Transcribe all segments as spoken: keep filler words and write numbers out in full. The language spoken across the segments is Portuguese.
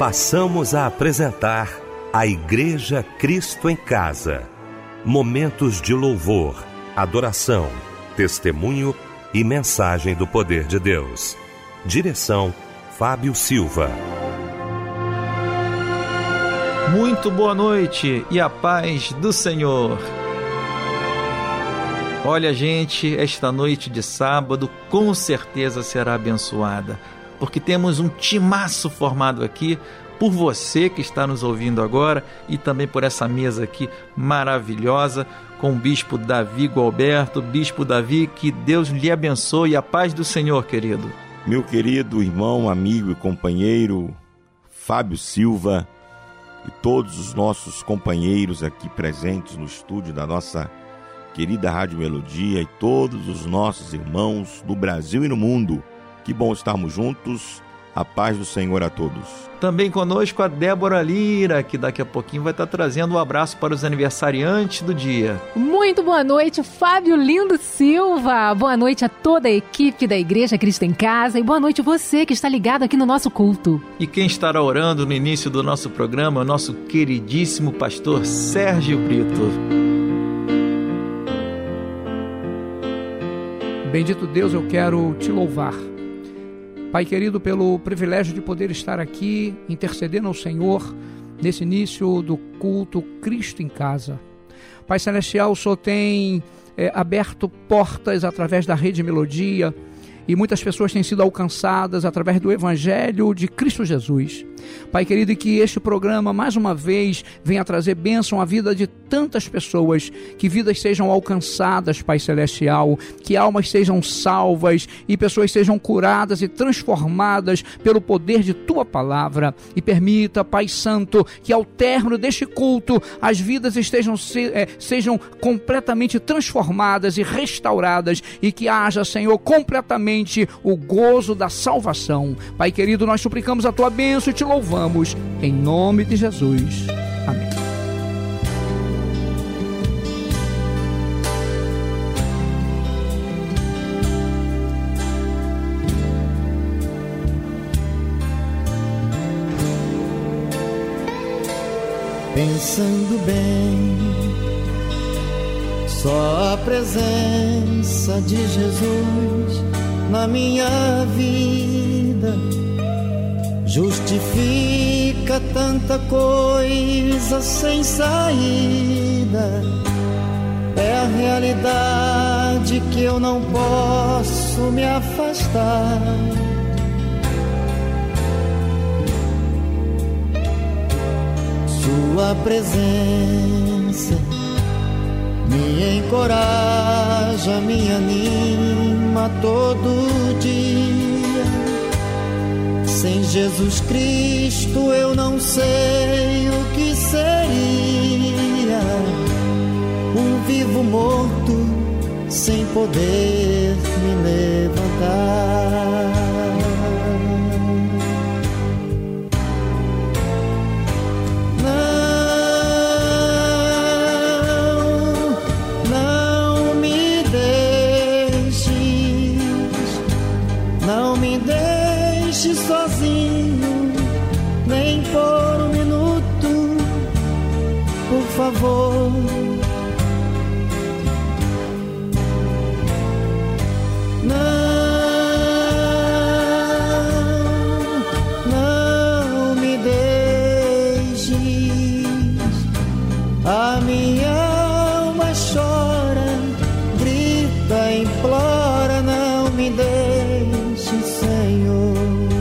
passamos a apresentar a Igreja Cristo em Casa. Momentos de louvor, adoração, testemunho e mensagem do poder de Deus. Direção, Fábio Silva. Muito boa noite e a paz do Senhor. Olha, gente, esta noite de sábado com certeza será abençoada, porque temos um timaço formado aqui por você que está nos ouvindo agora e também por essa mesa aqui maravilhosa com o Bispo Davi Gualberto. Bispo Davi, que Deus lhe abençoe e a paz do Senhor, querido. Meu querido irmão, amigo e companheiro Fábio Silva e todos os nossos companheiros aqui presentes no estúdio da nossa querida Rádio Melodia e todos os nossos irmãos do Brasil e no mundo. Que bom estarmos juntos. A paz do Senhor a todos. Também conosco a Débora Lira, que daqui a pouquinho vai estar trazendo um abraço para os aniversariantes do dia. Muito boa noite, Fábio Lindo Silva. Boa noite a toda a equipe da Igreja Cristo em Casa e boa noite você que está ligado aqui no nosso culto. E quem estará orando no início do nosso programa é o nosso queridíssimo pastor Sérgio Brito. Bendito Deus, eu quero te louvar, Pai querido, pelo privilégio de poder estar aqui intercedendo ao Senhor nesse início do culto Cristo em Casa. Pai Celestial, o Senhor tem é, aberto portas através da Rede Melodia e muitas pessoas têm sido alcançadas através do Evangelho de Cristo Jesus. Pai querido, e que este programa mais uma vez venha trazer bênção à vida de tantas pessoas, que vidas sejam alcançadas, Pai Celestial, que almas sejam salvas e pessoas sejam curadas e transformadas pelo poder de Tua Palavra. E permita, Pai Santo, que ao término deste culto as vidas estejam, se, é, sejam completamente transformadas e restauradas e que haja, Senhor, completamente o gozo da salvação. Pai querido, nós suplicamos a Tua bênção e te louvamos em nome de Jesus. Amém. Pensando bem, só a presença de Jesus na minha vida justifica tanta coisa sem saída. É a realidade que eu não posso me afastar. Sua presença me encoraja, me anima todo dia. Sem Jesus Cristo eu não sei o que seria. Um vivo morto sem poder me levantar. Sozinho, nem por um minuto, por favor. Não, não me deixes. A minha alma chora, grita, implora, não me deixes, Senhor.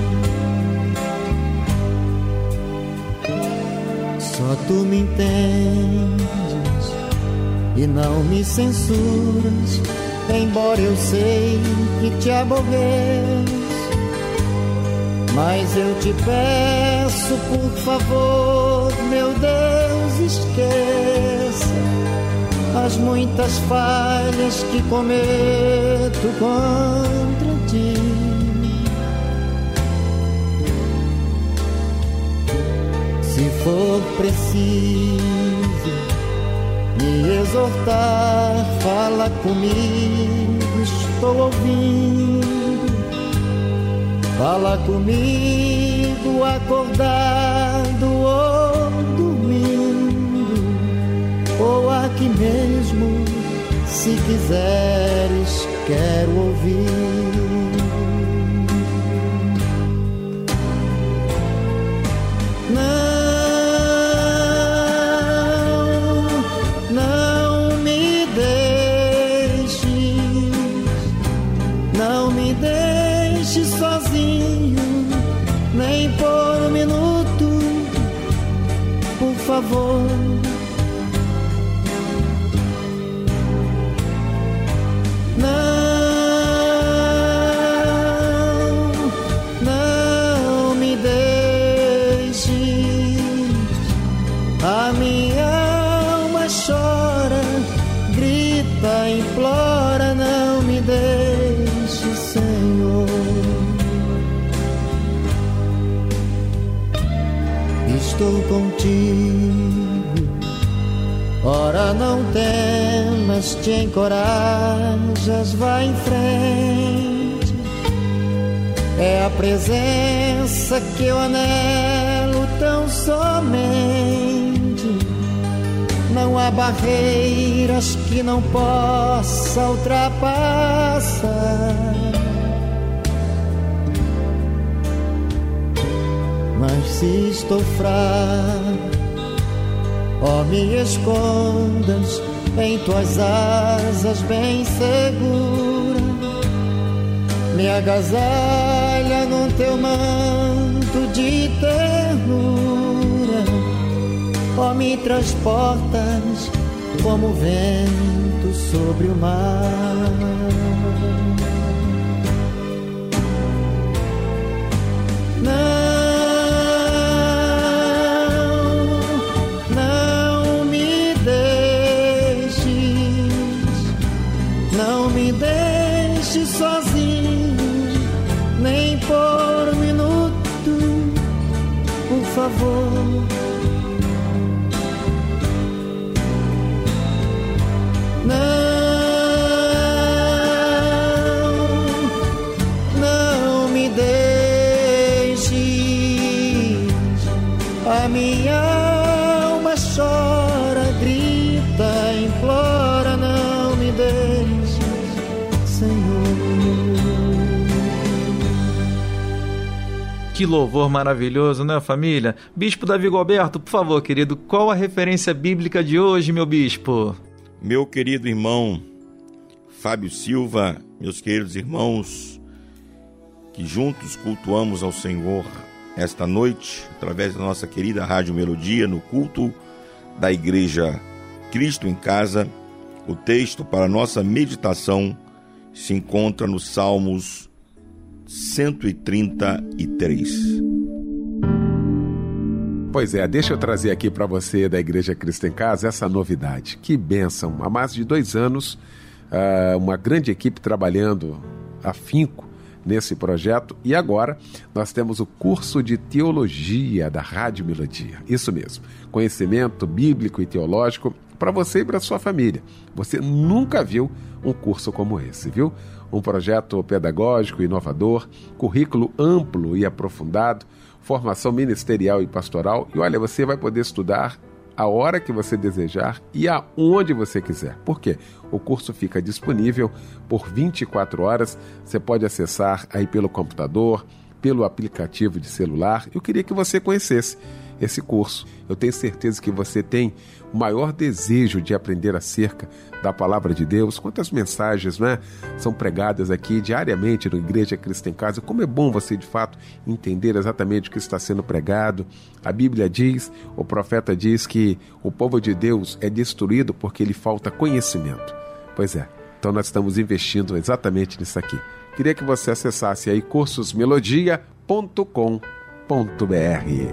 Só Tu me entendes e não me censuras, embora eu sei que Te aborreço. Mas eu Te peço, por favor, meu Deus, esqueça as muitas falhas que cometo contra Ti. Se for preciso me exortar, fala comigo, estou ouvindo. Fala comigo acordado ou dormindo, ou aqui mesmo, se quiseres, quero ouvir. Por favor, não, não me deixes. A minha alma chora, grita, implora, não me deixes, Senhor. Estou contigo, ora não temas, te encorajas, vai em frente. É a presença que eu anelo tão somente. Não há barreiras que não possa ultrapassar. Mas se estou fraco, ó, me escondas em tuas asas bem segura. Me agasalha no teu manto de ternura. Ó, me transportas como vento sobre o mar. Não, sozinho, nem por um minuto, por favor. Não, não me deixes. A minha alma chora, grita, implora, não me deixes, Senhor. Que louvor maravilhoso, né, família? Bispo Davi Gilberto, por favor, querido, qual a referência bíblica de hoje, meu bispo? Meu querido irmão Fábio Silva, meus queridos irmãos, que juntos cultuamos ao Senhor esta noite, através da nossa querida Rádio Melodia, no culto da Igreja Cristo em Casa, o texto para nossa meditação se encontra nos Salmos cento e trinta e três. Pois é, deixa eu trazer aqui para você da Igreja Cristo em Casa essa novidade. Que bênção! Há mais de dois anos, uma grande equipe trabalhando afinco nesse projeto, e agora nós temos o curso de Teologia da Rádio Melodia. Isso mesmo, conhecimento bíblico e teológico para você e para sua família. Você nunca viu um curso como esse, viu? Um projeto pedagógico inovador, currículo amplo e aprofundado, formação ministerial e pastoral, e olha, você vai poder estudar a hora que você desejar e aonde você quiser. Por quê? O curso fica disponível por vinte e quatro horas, você pode acessar aí pelo computador, pelo aplicativo de celular. Eu queria que você conhecesse esse curso. Eu tenho certeza que você tem o maior desejo de aprender acerca da Palavra de Deus. Quantas mensagens, né, são pregadas aqui diariamente na Igreja Cristo em Casa. Como é bom você, de fato, entender exatamente o que está sendo pregado. A Bíblia diz, o profeta diz que o povo de Deus é destruído porque lhe falta conhecimento. Pois é, então nós estamos investindo exatamente nisso aqui. Queria que você acessasse aí cursos melodia ponto com ponto b r.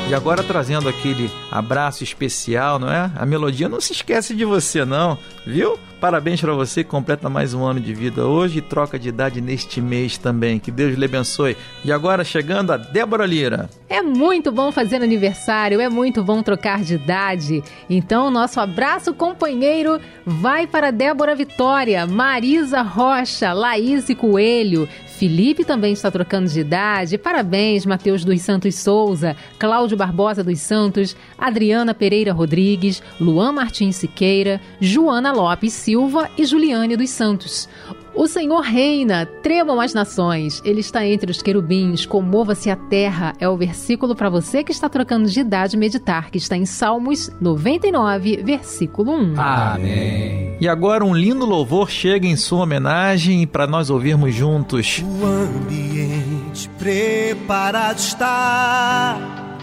E agora trazendo aquele abraço especial, não é? A melodia não se esquece de você não, viu? Parabéns para você que completa mais um ano de vida hoje e troca de idade neste mês também. Que Deus lhe abençoe. E agora chegando a Débora Lira. É muito bom fazer aniversário, é muito bom trocar de idade. Então, nosso abraço companheiro vai para Débora Vitória, Marisa Rocha, Laís Coelho. Felipe também está trocando de idade. Parabéns, Mateus dos Santos Souza, Cláudio Barbosa dos Santos, Adriana Pereira Rodrigues, Luan Martins Siqueira, Joana Lopes Silva e Juliane dos Santos. O Senhor reina, tremam as nações, Ele está entre os querubins, comova-se a terra. É o versículo para você que está trocando de idade meditar, que está em Salmos noventa e nove, versículo um. Amém. E agora um lindo louvor chega em sua homenagem para nós ouvirmos juntos. O ambiente preparado está,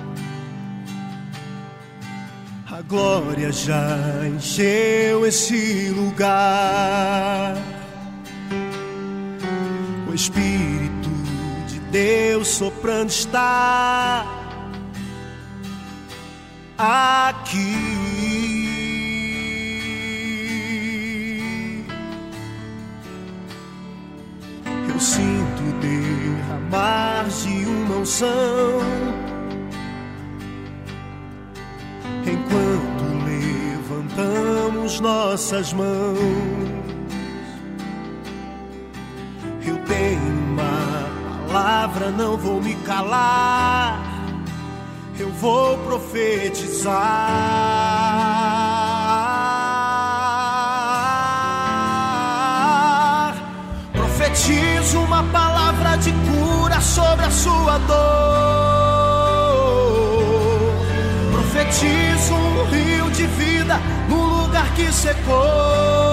a glória já encheu esse lugar. O Espírito de Deus soprando está aqui. Eu sinto derramar de uma unção enquanto levantamos nossas mãos. Eu tenho uma palavra, não vou me calar, eu vou profetizar. Profetizo uma palavra de cura sobre a sua dor. Profetizo um rio de vida no lugar que secou.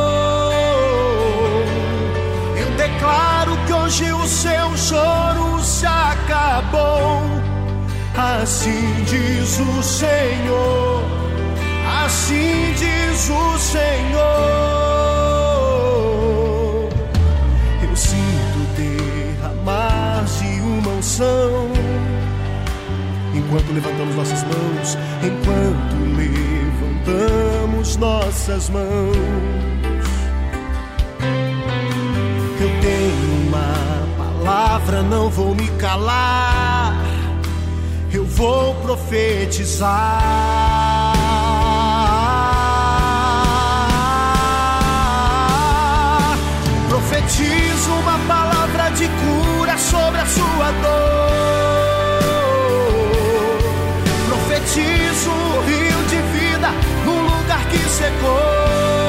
Declaro que hoje o seu choro se acabou. Assim diz o Senhor, assim diz o Senhor. Eu sinto derramar de uma unção enquanto levantamos nossas mãos, enquanto levantamos nossas mãos. Eu tenho uma palavra, não vou me calar, eu vou profetizar. Profetizo uma palavra de cura sobre a sua dor. Profetizo um rio de vida num lugar que secou.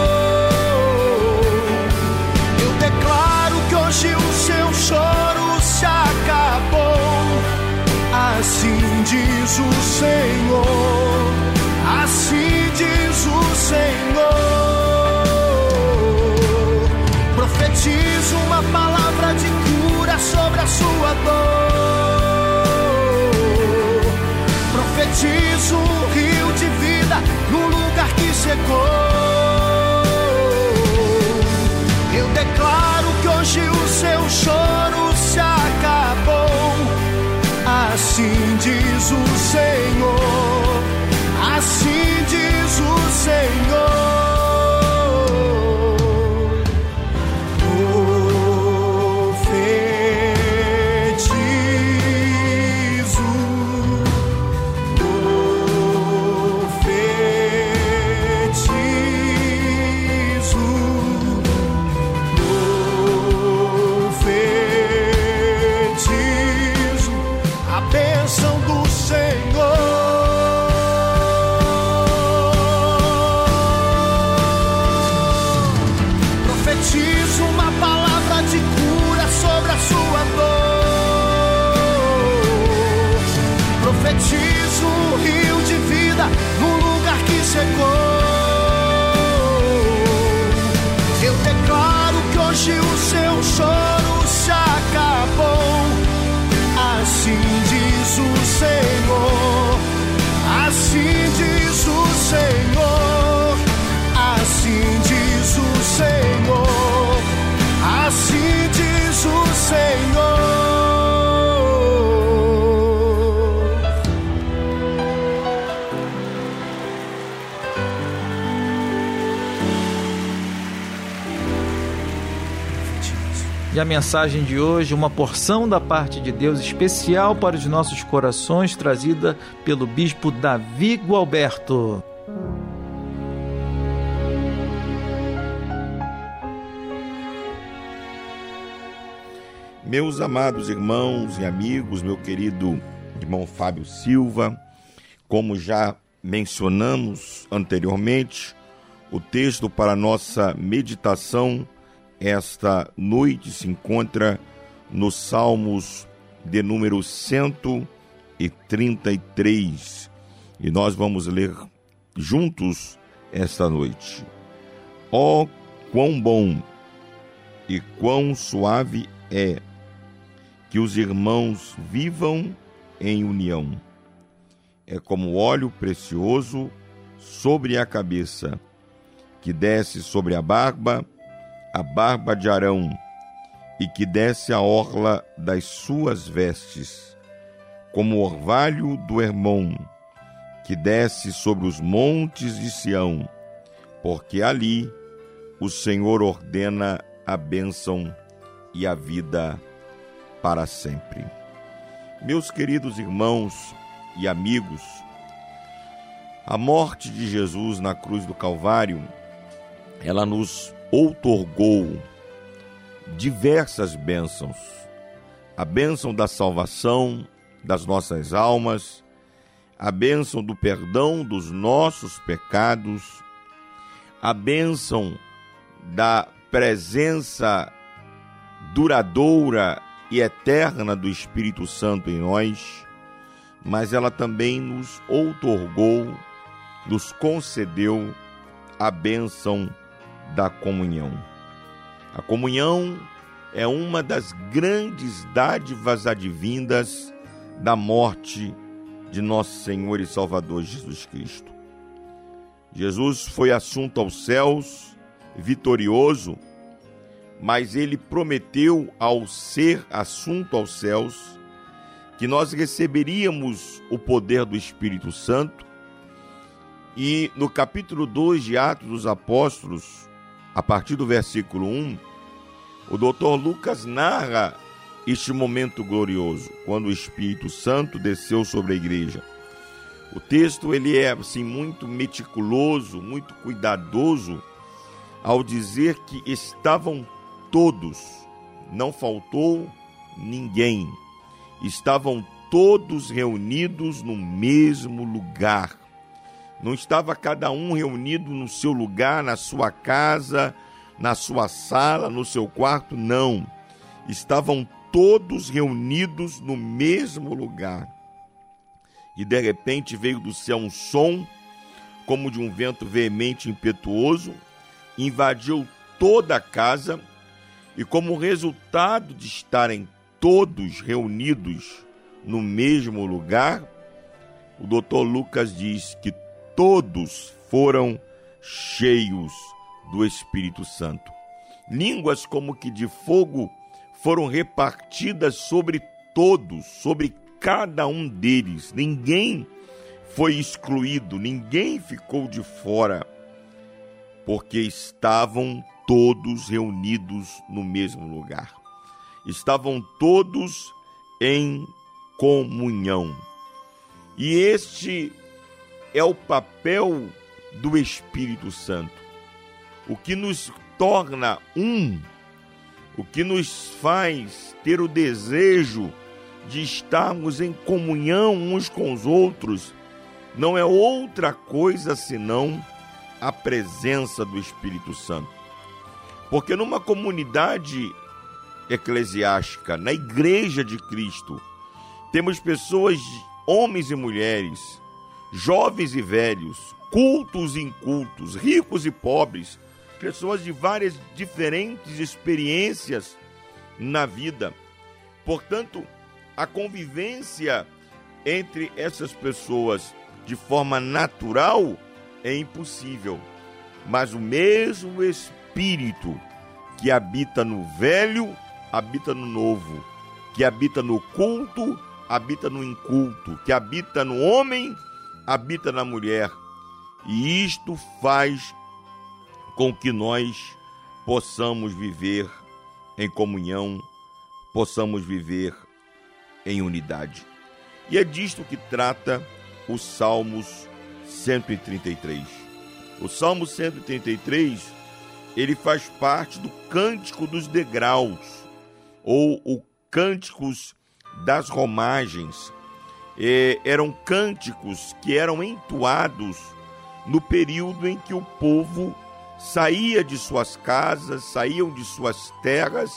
Hoje o seu choro se acabou. Assim diz o Senhor, assim diz o Senhor. Profetizo uma palavra de cura sobre a sua dor. Profetizo um rio de vida no lugar que secou. Eu declaro que hoje o seu choro se acabou. Assim diz o Senhor, assim diz o Senhor. Profetizo um rio de vida num lugar que secou. Eu declaro que hoje o seu choro se acabou. Assim diz o Senhor, assim diz o Senhor, assim diz o Senhor, assim diz o Senhor. a mensagem de hoje, uma porção da parte de Deus especial para os nossos corações, trazida pelo bispo Davi Gualberto. Meus amados irmãos e amigos, meu querido irmão Fábio Silva, como já mencionamos anteriormente, o texto para nossa meditação esta noite se encontra nos Salmos de número cento e trinta e três, e nós vamos ler juntos esta noite. Ó, quão bom e quão suave é que os irmãos vivam em união. É como óleo precioso sobre a cabeça, que desce sobre a barba, a barba de Arão, e que desce a orla das suas vestes, como o orvalho do Hermon, que desce sobre os montes de Sião, porque ali o Senhor ordena a bênção e a vida para sempre. Meus queridos irmãos e amigos, a morte de Jesus na cruz do Calvário, ela nos outorgou diversas bênçãos. A bênção da salvação das nossas almas, a bênção do perdão dos nossos pecados, a bênção da presença duradoura e eterna do Espírito Santo em nós, mas ela também nos outorgou, nos concedeu a bênção da comunhão. A comunhão é uma das grandes dádivas advindas da morte de nosso Senhor e Salvador Jesus Cristo. Jesus foi assunto aos céus, vitorioso, mas ele prometeu, ao ser assunto aos céus, que nós receberíamos o poder do Espírito Santo. E no capítulo dois de Atos dos Apóstolos, a partir do versículo um, o doutor Lucas narra este momento glorioso, quando o Espírito Santo desceu sobre a igreja. O texto ele é assim, muito meticuloso, muito cuidadoso, ao dizer que estavam todos, não faltou ninguém, estavam todos reunidos no mesmo lugar. Não estava cada um reunido no seu lugar, na sua casa, na sua sala, no seu quarto, não. Estavam todos reunidos no mesmo lugar. E de repente veio do céu um som, como de um vento veemente e impetuoso, invadiu toda a casa, e como resultado de estarem todos reunidos no mesmo lugar, o doutor Lucas diz que todos foram cheios do Espírito Santo. Línguas como que de fogo foram repartidas sobre todos, sobre cada um deles. Ninguém foi excluído, ninguém ficou de fora, porque estavam todos reunidos no mesmo lugar. Estavam todos em comunhão. E este é o papel do Espírito Santo. O que nos torna um, o que nos faz ter o desejo de estarmos em comunhão uns com os outros, não é outra coisa senão a presença do Espírito Santo. Porque numa comunidade eclesiástica, na igreja de Cristo, temos pessoas, homens e mulheres, jovens e velhos, cultos e incultos, ricos e pobres, pessoas de várias diferentes experiências na vida. Portanto, a convivência entre essas pessoas de forma natural é impossível, mas o mesmo Espírito que habita no velho, habita no novo, que habita no culto, habita no inculto, que habita no homem, habita na mulher. E isto faz com que nós possamos viver em comunhão, possamos viver em unidade. E é disto que trata os Salmos cento e trinta e três. O Salmo cento e trinta e três, ele faz parte do Cântico dos Degraus, ou o Cânticos das Romagens. É, eram cânticos que eram entoados no período em que o povo saía de suas casas, saíam de suas terras,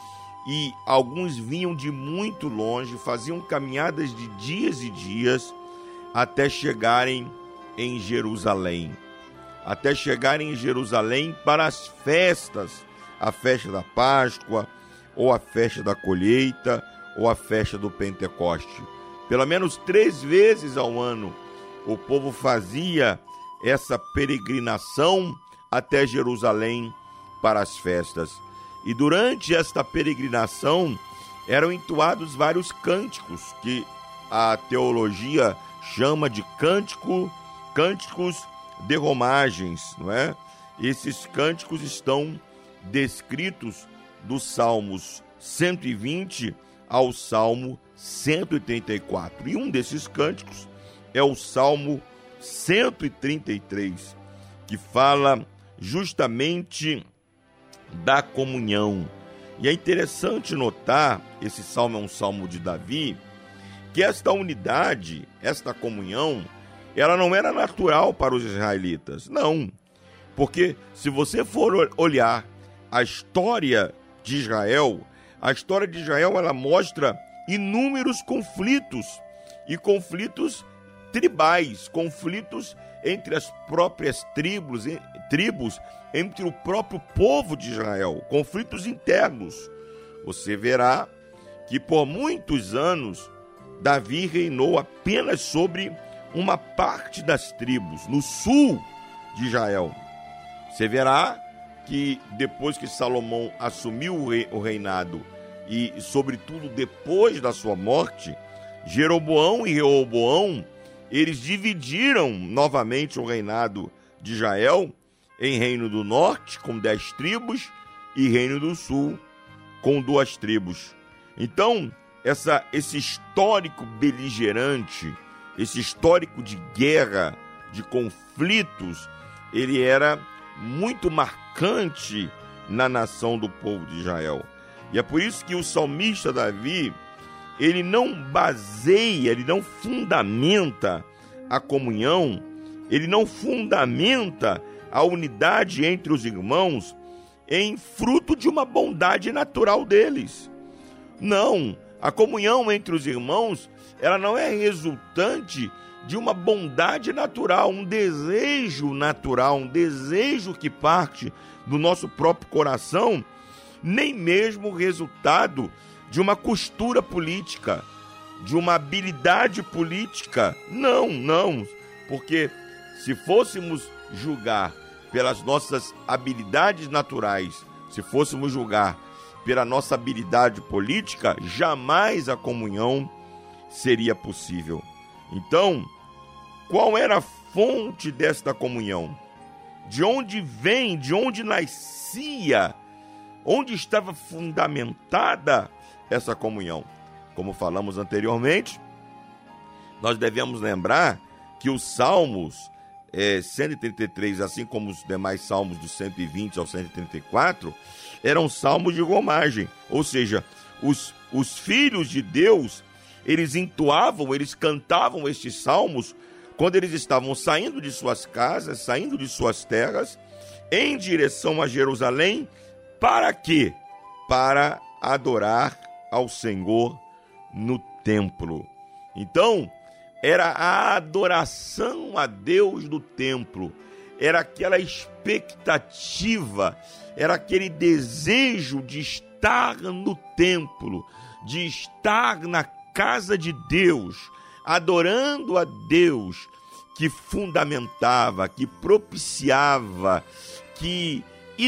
e alguns vinham de muito longe, faziam caminhadas de dias e dias até chegarem em Jerusalém. Até chegarem em Jerusalém para as festas, a festa da Páscoa, ou a festa da colheita, ou a festa do Pentecoste. Pelo menos três vezes ao ano, o povo fazia essa peregrinação até Jerusalém para as festas. E durante esta peregrinação eram entoados vários cânticos que a teologia chama de cântico, cânticos de romagens, não é? Esses cânticos estão descritos dos Salmos cento e vinte ao Salmo cento e trinta e quatro. E um desses cânticos é o Salmo cento e trinta e três, que fala justamente da comunhão. E é interessante notar, esse salmo é um salmo de Davi, que esta unidade, esta comunhão, ela não era natural para os israelitas. Não, porque se você for olhar a história de Israel, a história de Israel, ela mostra inúmeros conflitos, e conflitos tribais, conflitos entre as próprias tribos, tribos, entre o próprio povo de Israel, conflitos internos. Você verá que por muitos anos Davi reinou apenas sobre uma parte das tribos, no sul de Israel. Você verá que depois que Salomão assumiu o reinado, e sobretudo depois da sua morte, Jeroboão e Reoboão, eles dividiram novamente o reinado de Israel em Reino do Norte, com dez tribos, e Reino do Sul, com duas tribos. Então, essa, esse histórico beligerante, esse histórico de guerra, de conflitos, ele era muito marcante na nação do povo de Israel. E é por isso que o salmista Davi, ele não baseia, ele não fundamenta a comunhão, ele não fundamenta a unidade entre os irmãos em fruto de uma bondade natural deles. Não, a comunhão entre os irmãos, ela não é resultante de uma bondade natural, um desejo natural, um desejo que parte do nosso próprio coração, nem mesmo resultado de uma costura política, de uma habilidade política. Não, não, porque se fôssemos julgar pelas nossas habilidades naturais, se fôssemos julgar pela nossa habilidade política, jamais a comunhão seria possível. Então, qual era a fonte desta comunhão? De onde vem, de onde nascia, onde estava fundamentada essa comunhão? Como falamos anteriormente, nós devemos lembrar que os Salmos é, cento e trinta e três, assim como os demais salmos do cento e vinte ao cento e trinta e quatro, eram salmos de romagem, ou seja, os, os filhos de Deus, eles entoavam, eles cantavam estes salmos quando eles estavam saindo de suas casas, saindo de suas terras, em direção a Jerusalém. Para quê? Para adorar ao Senhor no templo. Então, era a adoração a Deus do templo, era aquela expectativa, era aquele desejo de estar no templo, de estar na casa de Deus, adorando a Deus, que fundamentava, que propiciava, que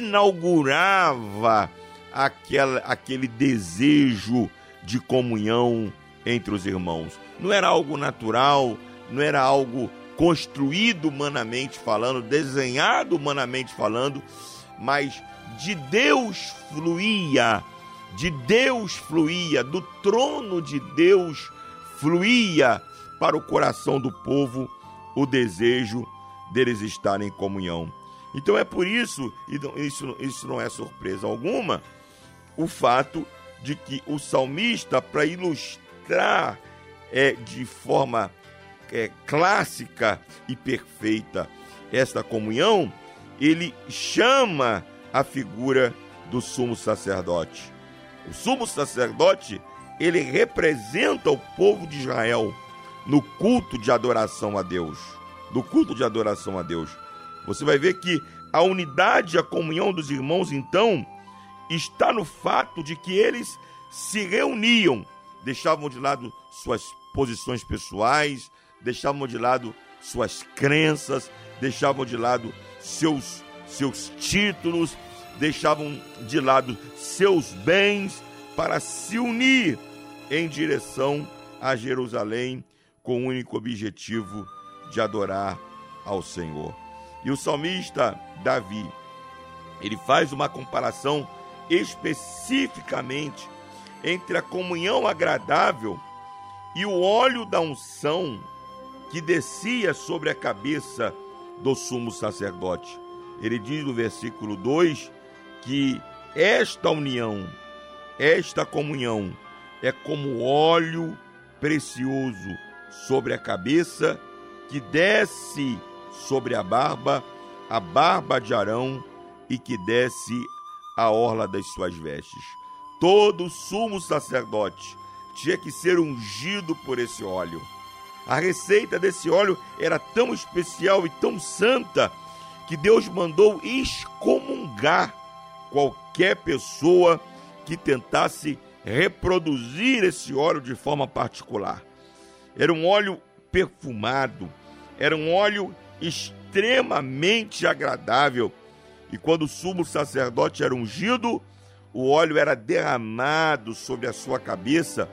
inaugurava aquela, aquele desejo de comunhão entre os irmãos. Não era algo natural, não era algo construído humanamente falando, desenhado humanamente falando, mas de Deus fluía de Deus fluía, do trono de Deus fluía para o coração do povo o desejo deles estarem em comunhão. Então é por isso, e isso, isso não é surpresa alguma, o fato de que o salmista, para ilustrar é, de forma é, clássica e perfeita esta comunhão, ele chama a figura do sumo sacerdote. O sumo sacerdote, ele representa o povo de Israel no culto de adoração a Deus. No culto de adoração a Deus. Você vai ver que a unidade e a comunhão dos irmãos, então, está no fato de que eles se reuniam, deixavam de lado suas posições pessoais, deixavam de lado suas crenças, deixavam de lado seus, seus títulos, deixavam de lado seus bens para se unir em direção a Jerusalém com o único objetivo de adorar ao Senhor. E o salmista Davi, ele faz uma comparação especificamente entre a comunhão agradável e o óleo da unção que descia sobre a cabeça do sumo sacerdote. Ele diz no versículo dois que esta união, esta comunhão é como óleo precioso sobre a cabeça que desce sobre a barba, a barba de Arão, e que desce a orla das suas vestes. Todo sumo sacerdote tinha que ser ungido por esse óleo. A receita desse óleo era tão especial e tão santa que Deus mandou excomungar qualquer pessoa que tentasse reproduzir esse óleo de forma particular. Era um óleo perfumado, era um óleo extremamente agradável, e quando o sumo sacerdote era ungido, o óleo era derramado sobre a sua cabeça,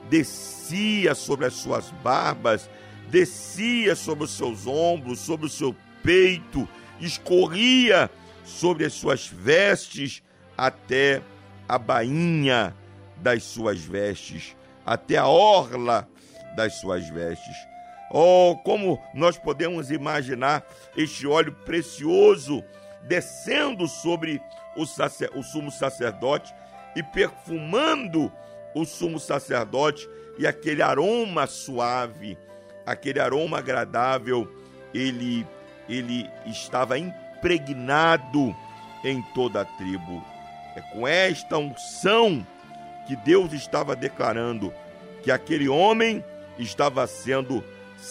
descia sobre as suas barbas, descia sobre os seus ombros, sobre o seu peito, escorria sobre as suas vestes até a bainha das suas vestes, até a orla das suas vestes. Oh, como nós podemos imaginar este óleo precioso descendo sobre o, sacer, o sumo sacerdote e perfumando o sumo sacerdote, e aquele aroma suave, aquele aroma agradável, ele, ele estava impregnado em toda a tribo. É com esta unção que Deus estava declarando que aquele homem estava sendo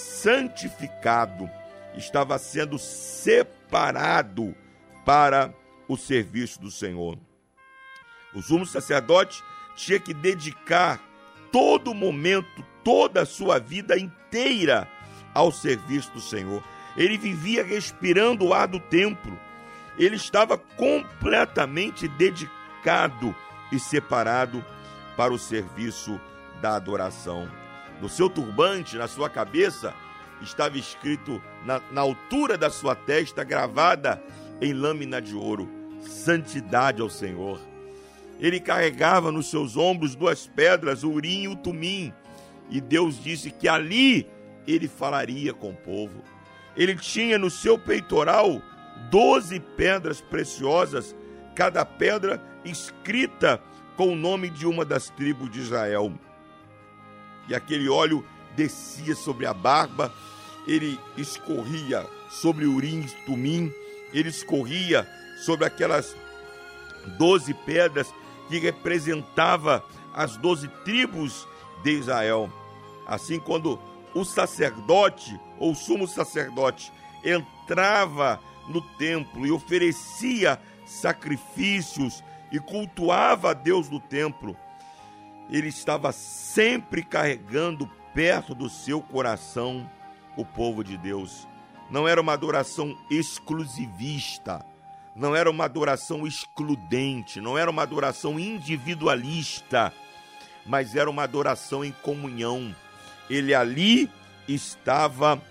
santificado, estava sendo separado para o serviço do Senhor. O sumo sacerdote tinha que dedicar todo momento, toda a sua vida inteira ao serviço do Senhor. Ele vivia respirando o ar do templo. Ele estava completamente dedicado e separado para o serviço da adoração. No seu turbante, na sua cabeça, estava escrito na, na altura da sua testa, gravada em lâmina de ouro, santidade ao Senhor. Ele carregava nos seus ombros duas pedras, o Urim e o Tumim, e Deus disse que ali ele falaria com o povo. Ele tinha no seu peitoral doze pedras preciosas, cada pedra escrita com o nome de uma das tribos de Israel. E aquele óleo descia sobre a barba, ele escorria sobre o Urim e Tumim, ele escorria sobre aquelas doze pedras que representava as doze tribos de Israel. Assim, quando o sacerdote, ou sumo sacerdote, entrava no templo e oferecia sacrifícios e cultuava a Deus no templo, ele estava sempre carregando perto do seu coração o povo de Deus. Não era uma adoração exclusivista, não era uma adoração excludente, não era uma adoração individualista, mas era uma adoração em comunhão. Ele ali estava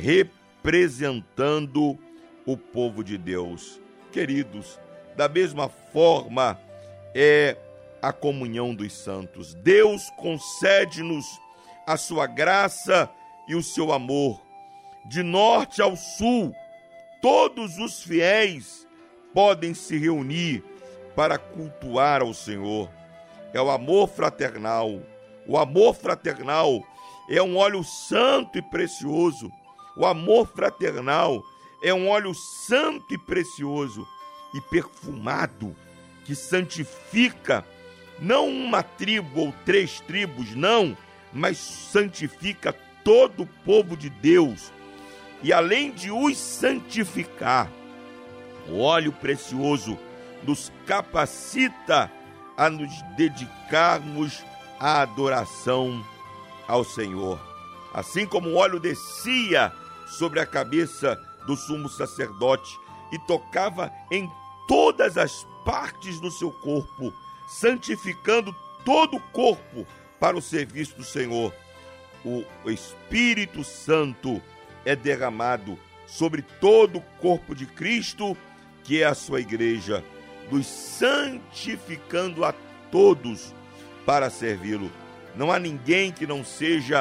representando o povo de Deus. Queridos, da mesma forma, é a comunhão dos santos. Deus concede-nos a sua graça e o seu amor. De norte ao sul, todos os fiéis podem se reunir para cultuar ao Senhor. É o amor fraternal. O amor fraternal é um óleo santo e precioso. O amor fraternal é um óleo santo e precioso e perfumado que santifica não uma tribo ou três tribos, não, mas santifica todo o povo de Deus. E além de os santificar, o óleo precioso nos capacita a nos dedicarmos à adoração ao Senhor. Assim como o óleo descia sobre a cabeça do sumo sacerdote e tocava em todas as partes do seu corpo, santificando todo o corpo para o serviço do Senhor, o Espírito Santo é derramado sobre todo o corpo de Cristo, que é a sua igreja, nos santificando a todos para servi-lo. Não há ninguém que não seja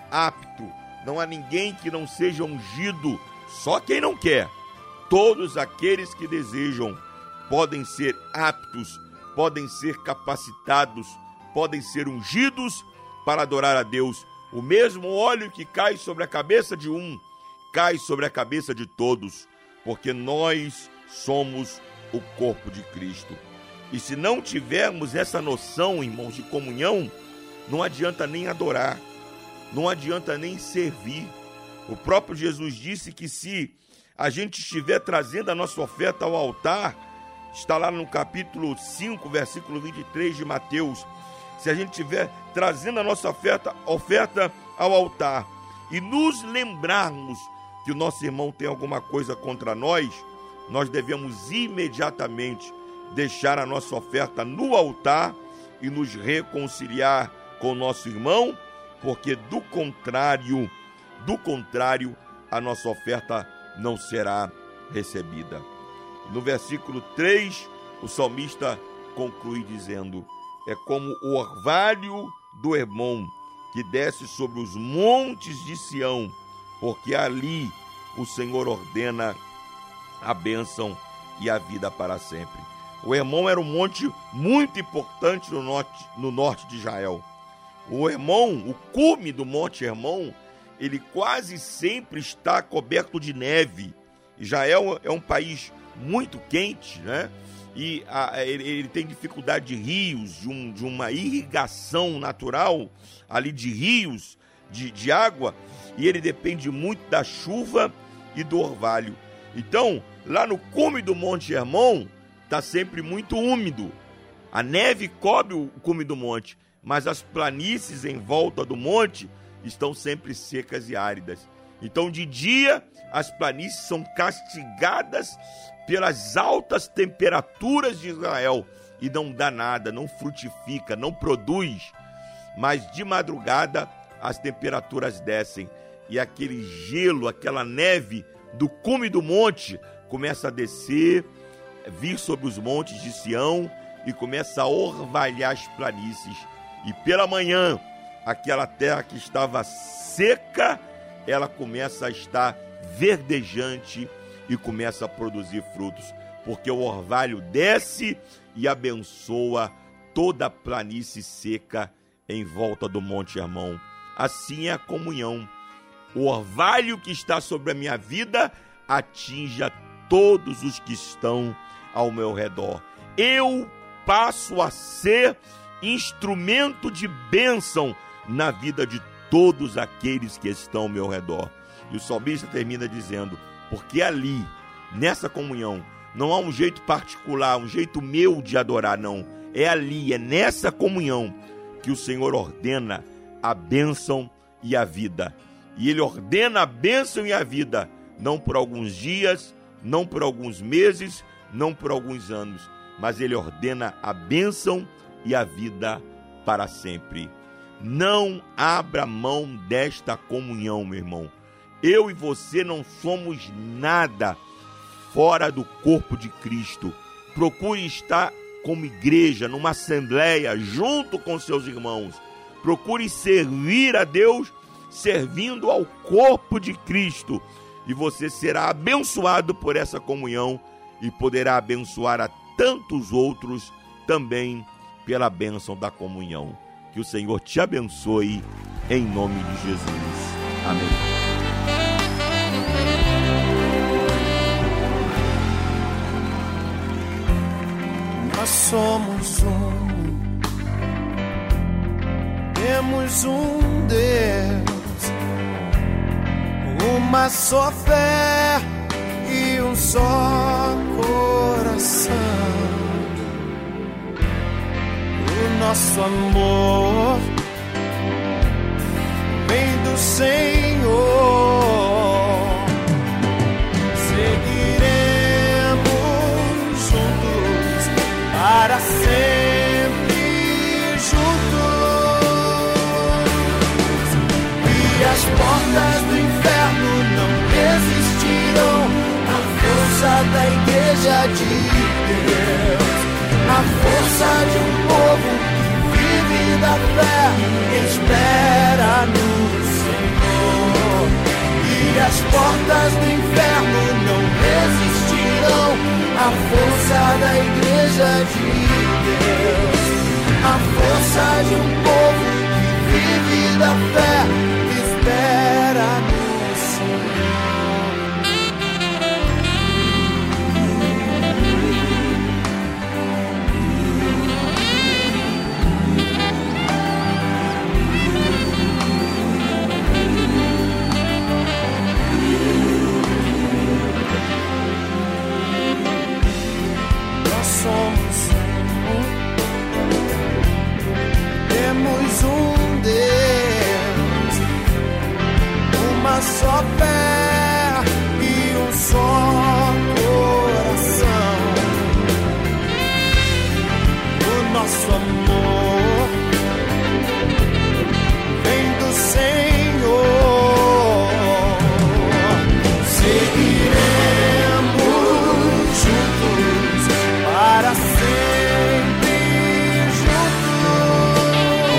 apto, não há ninguém que não seja ungido, só quem não quer. Todos aqueles que desejam podem ser aptos, podem ser capacitados, podem ser ungidos para adorar a Deus. O mesmo óleo que cai sobre a cabeça de um, cai sobre a cabeça de todos, porque nós somos o corpo de Cristo. E se não tivermos essa noção, irmãos, de comunhão, não adianta nem adorar, não adianta nem servir. O próprio Jesus disse que se a gente estiver trazendo a nossa oferta ao altar, está lá no capítulo cinco, versículo vinte e três de Mateus, se a gente estiver trazendo a nossa oferta, oferta ao altar e nos lembrarmos que o nosso irmão tem alguma coisa contra nós, nós devemos imediatamente deixar a nossa oferta no altar e nos reconciliar com o nosso irmão, porque do contrário, do contrário, a nossa oferta não será recebida. No versículo três, o salmista conclui dizendo: é como o orvalho do Hermon, que desce sobre os montes de Sião, porque ali o Senhor ordena a bênção e a vida para sempre. O Hermon era um monte muito importante no norte, no norte de Israel. O Hermon, o cume do Monte Hermon, ele quase sempre está coberto de neve. Israel é um país muito quente, né? E a, ele, ele tem dificuldade de rios, de, um, de uma irrigação natural ali de rios, de, de água, e ele depende muito da chuva e do orvalho. Então, lá no cume do Monte Hermon, está sempre muito úmido. A neve cobre o cume do monte, mas as planícies em volta do monte estão sempre secas e áridas. Então, de dia, as planícies são castigadas pelas altas temperaturas de Israel e não dá nada, não frutifica, não produz. Mas de madrugada, as temperaturas descem e aquele gelo, aquela neve do cume do monte começa a descer, vir sobre os montes de Sião e começa a orvalhar as planícies. E pela manhã, aquela terra que estava seca, ela começa a estar verdejante e começa a produzir frutos, porque o orvalho desce e abençoa toda a planície seca em volta do Monte Hermon. Assim é a comunhão. O orvalho que está sobre a minha vida atinge a todos os que estão ao meu redor. Eu passo a ser instrumento de bênção na vida de todos aqueles que estão ao meu redor. E o salmista termina dizendo: porque ali, nessa comunhão, não há um jeito particular, um jeito meu de adorar, não. É ali, é nessa comunhão que o Senhor ordena a bênção e a vida. E Ele ordena a bênção e a vida, não por alguns dias, não por alguns meses, não por alguns anos, mas Ele ordena a bênção e a vida para sempre. Não abra mão desta comunhão, meu irmão. Eu e você não somos nada fora do corpo de Cristo. Procure estar como igreja, numa assembleia, junto com seus irmãos. Procure servir a Deus, servindo ao corpo de Cristo, e você será abençoado por essa comunhão e poderá abençoar a tantos outros também pela bênção da comunhão. Que o Senhor te abençoe em nome de Jesus. Amém. Nós somos um, temos um Deus, uma só fé e um só coração. O nosso amor vem do Senhor. Seguiremos juntos para sempre juntos. E as portas do inferno não resistirão à força da igreja de Deus, a força de um povo da fé, espera no Senhor. E as portas do inferno não resistirão à força da igreja de Deus, a força de um povo que vive da fé, espera no Senhor. Somos um, temos um Deus, uma só fé e um só coração. O nosso amor vem do Senhor. Seguiremos juntos para sempre juntos.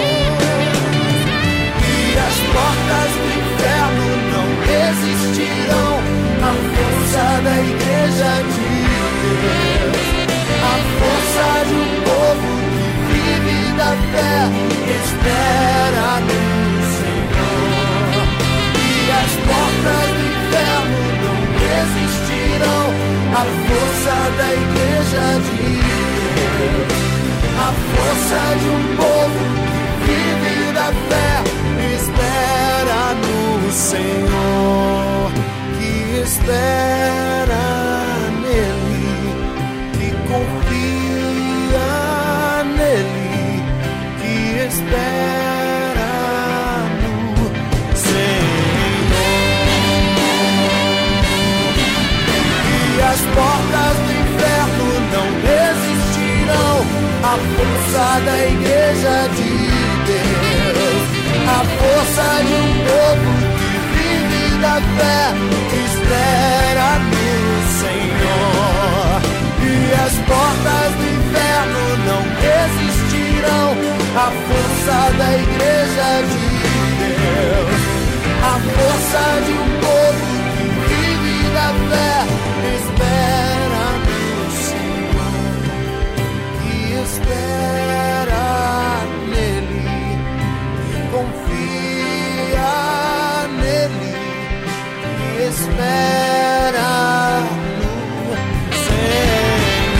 E as portas do inferno não resistirão à força da igreja de Deus, a força de um povo que vive da fé, espera no Senhor. E as portas do inferno não resistirão à força da igreja de Deus, a força de um povo que vive da fé, espera no Senhor, que espera nele, que confia nele, que espera no Senhor. E as portas do inferno não resistirão à força da igreja de Deus, a força de um povo que vive da fé, que espera no Senhor. E as portas do inferno não resistirão à força da igreja de Deus, a força de um povo que vive da fé, espera no Senhor, que espera nele, que confia nele, que espera no Senhor.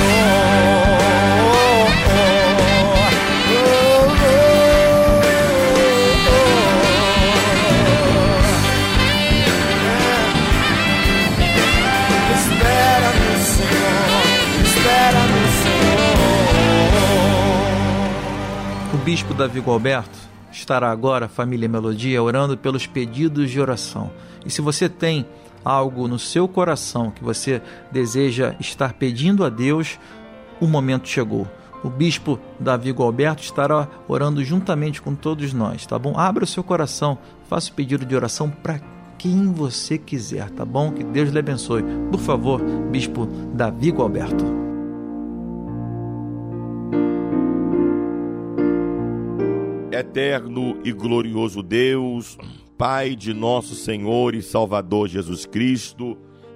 O bispo Davi Gualberto estará agora, família Melodia, orando pelos pedidos de oração. E se você tem algo no seu coração que você deseja estar pedindo a Deus, o momento chegou. O bispo Davi Gualberto estará orando juntamente com todos nós, tá bom? Abra o seu coração, faça o pedido de oração para quem você quiser, tá bom? Que Deus lhe abençoe. Por favor, bispo Davi Gualberto. eterno e glorioso Deus, Pai de nosso Senhor e Salvador Jesus Cristo,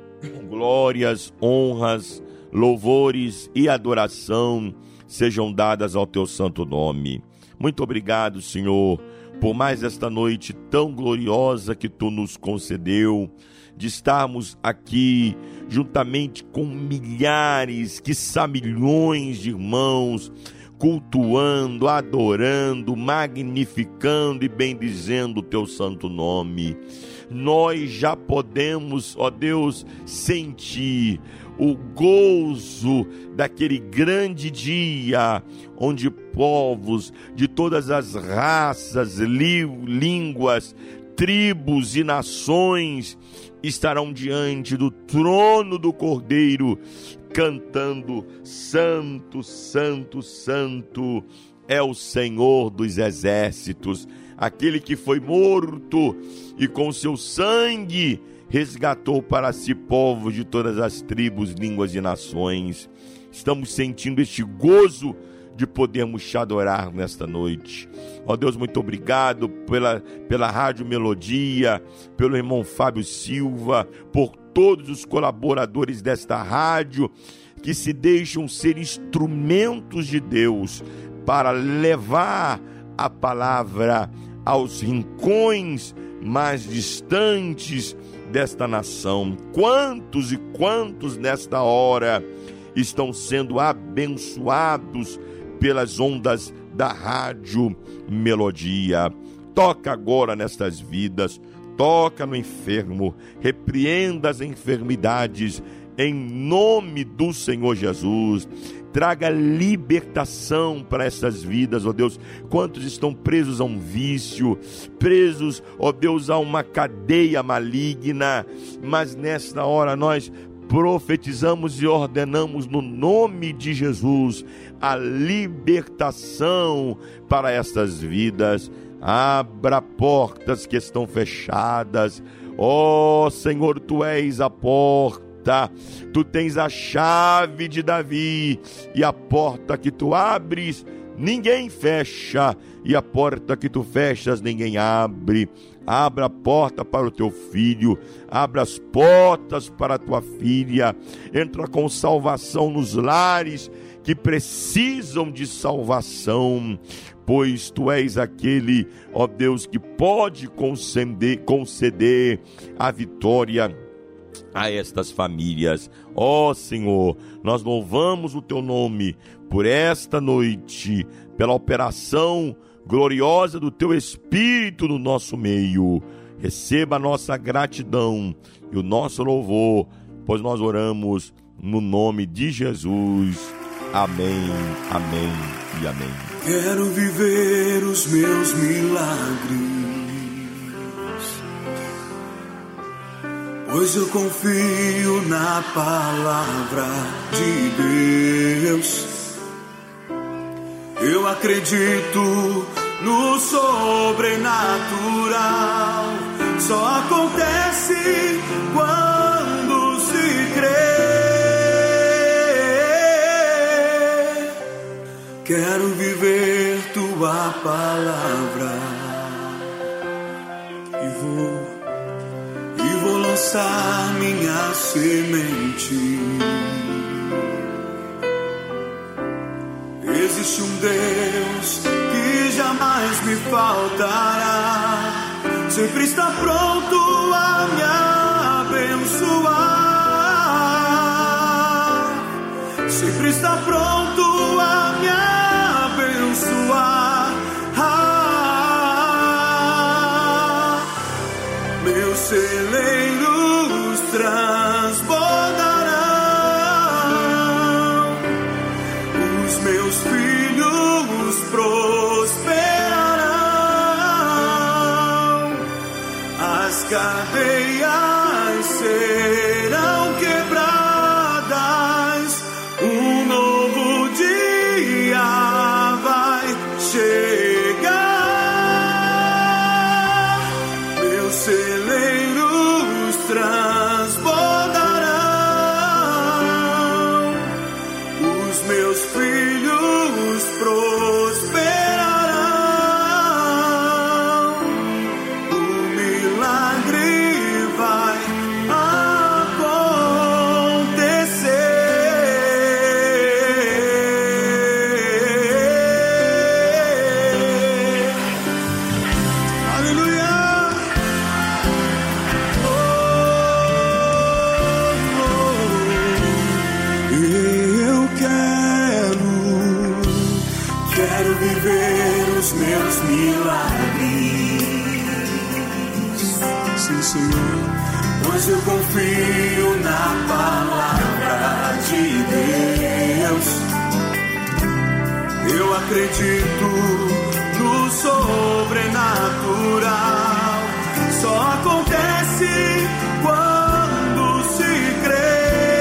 glórias, honras, louvores e adoração sejam dadas ao teu santo nome. Muito obrigado, Senhor, por mais esta noite tão gloriosa que tu nos concedeu, de estarmos aqui juntamente com milhares, quiçá milhões de irmãos, cultuando, adorando, magnificando e bendizendo o teu santo nome. Nós já podemos, ó Deus, sentir o gozo daquele grande dia onde povos de todas as raças, li, línguas, tribos e nações estarão diante do trono do Cordeiro, cantando: Santo, Santo, Santo é o Senhor dos exércitos, aquele que foi morto e com seu sangue resgatou para si povos de todas as tribos, línguas e nações. Estamos sentindo este gozo de podermos te adorar nesta noite. Ó Deus, muito obrigado pela, pela Rádio Melodia, pelo irmão Fábio Silva, por todos os colaboradores desta rádio que se deixam ser instrumentos de Deus para levar a palavra aos rincões mais distantes desta nação. Quantos e quantos nesta hora estão sendo abençoados pelas ondas da Rádio Melodia. Toca agora nestas vidas, toca no enfermo, repreenda as enfermidades em nome do Senhor Jesus. Traga libertação para essas vidas, ó Deus. Quantos estão presos a um vício, presos, ó Deus, a uma cadeia maligna, mas nesta hora nós profetizamos e ordenamos no nome de Jesus a libertação para estas vidas. Abra portas que estão fechadas. Ó Senhor, tu és a porta, tu tens a chave de Davi, e a porta que tu abres ninguém fecha, e a porta que tu fechas ninguém abre. Abra a porta para o teu filho, abra as portas para a tua filha. Entra com salvação nos lares que precisam de salvação, pois tu és aquele, ó Deus, que pode conceder, conceder a vitória a estas famílias. Ó Senhor, nós louvamos o teu nome por esta noite, pela operação gloriosa do teu Espírito no nosso meio. Receba a nossa gratidão e o nosso louvor, pois nós oramos no nome de Jesus. Amém, amém e amém. Quero viver os meus milagres, pois eu confio na palavra de Deus. Eu acredito no sobrenatural, só acontece quando se crê. Quero viver tua palavra e vou, e vou lançar minha semente. Existe um Deus que jamais me faltará, sempre está pronto a me abençoar, sempre está pronto a me abençoar. Ah, meus celeiros transbordarão, os meus filhos prosperarão, as cadeias serão quebradas, um novo dia vai chegar, meus celeiros transbordarão, teus milagres. Sim, Senhor, pois eu confio na palavra de Deus. Eu acredito no sobrenatural. Só acontece quando se crê.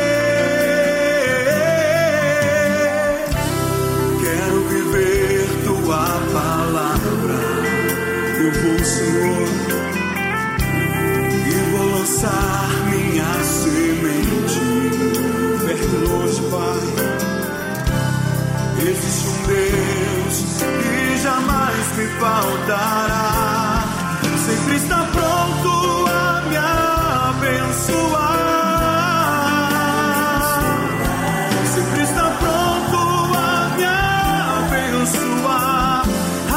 Quero viver tua palavra. Eu vou, Senhor, e vou lançar minha semente perto e longe, Pai. Existe um Deus que jamais me faltará. Sempre está pronto a me abençoar. Sempre está pronto a me abençoar.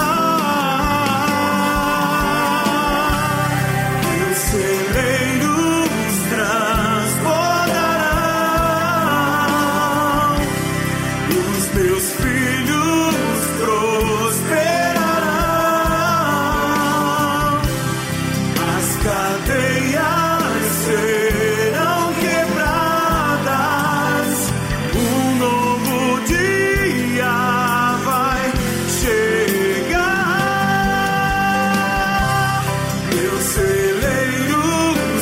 Meus celeiros transbordarão. Os meus filhos prosperarão. As cadeias serão quebradas. Um novo dia vai chegar. Meus celeiros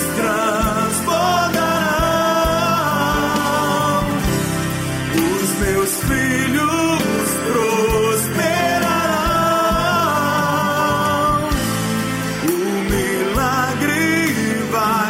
transbordarão. Os meus filhos prosperarão. O milagre vai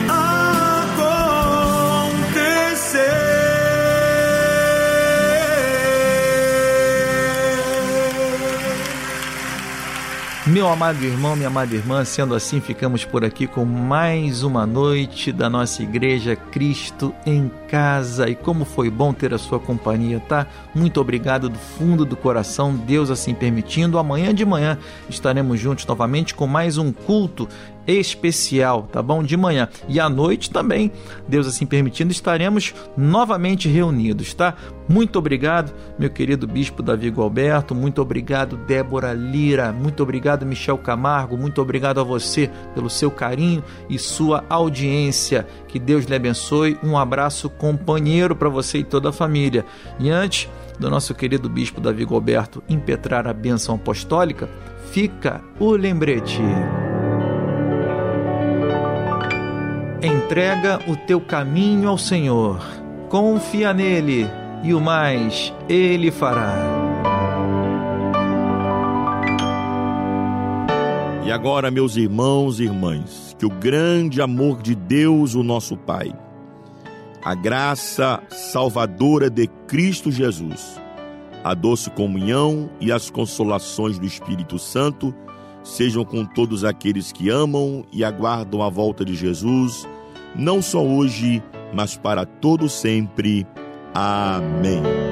acontecer. Meu amado irmão, minha amada irmã, sendo assim, ficamos por aqui com mais uma noite da nossa igreja Cristo em Casa. E como foi bom ter a sua companhia, tá? Muito obrigado do fundo do coração, Deus assim permitindo. Amanhã de manhã estaremos juntos novamente com mais um culto especial, tá bom? De manhã. E à noite também, Deus assim permitindo, estaremos novamente reunidos, tá? Muito obrigado, meu querido Bispo Davi Gualberto, muito obrigado, Débora Lira, muito obrigado, Michel Camargo, muito obrigado a você pelo seu carinho e sua audiência. Que Deus lhe abençoe. Um abraço companheiro para você e toda a família. E antes do nosso querido Bispo Davi Gualberto impetrar a bênção apostólica, fica o lembrete. Entrega o teu caminho ao Senhor, confia nele e o mais ele fará. E agora, meus irmãos e irmãs, que o grande amor de Deus, o nosso Pai, a graça salvadora de Cristo Jesus, a doce comunhão e as consolações do Espírito Santo sejam com todos aqueles que amam e aguardam a volta de Jesus, não só hoje, mas para todo sempre. Amém.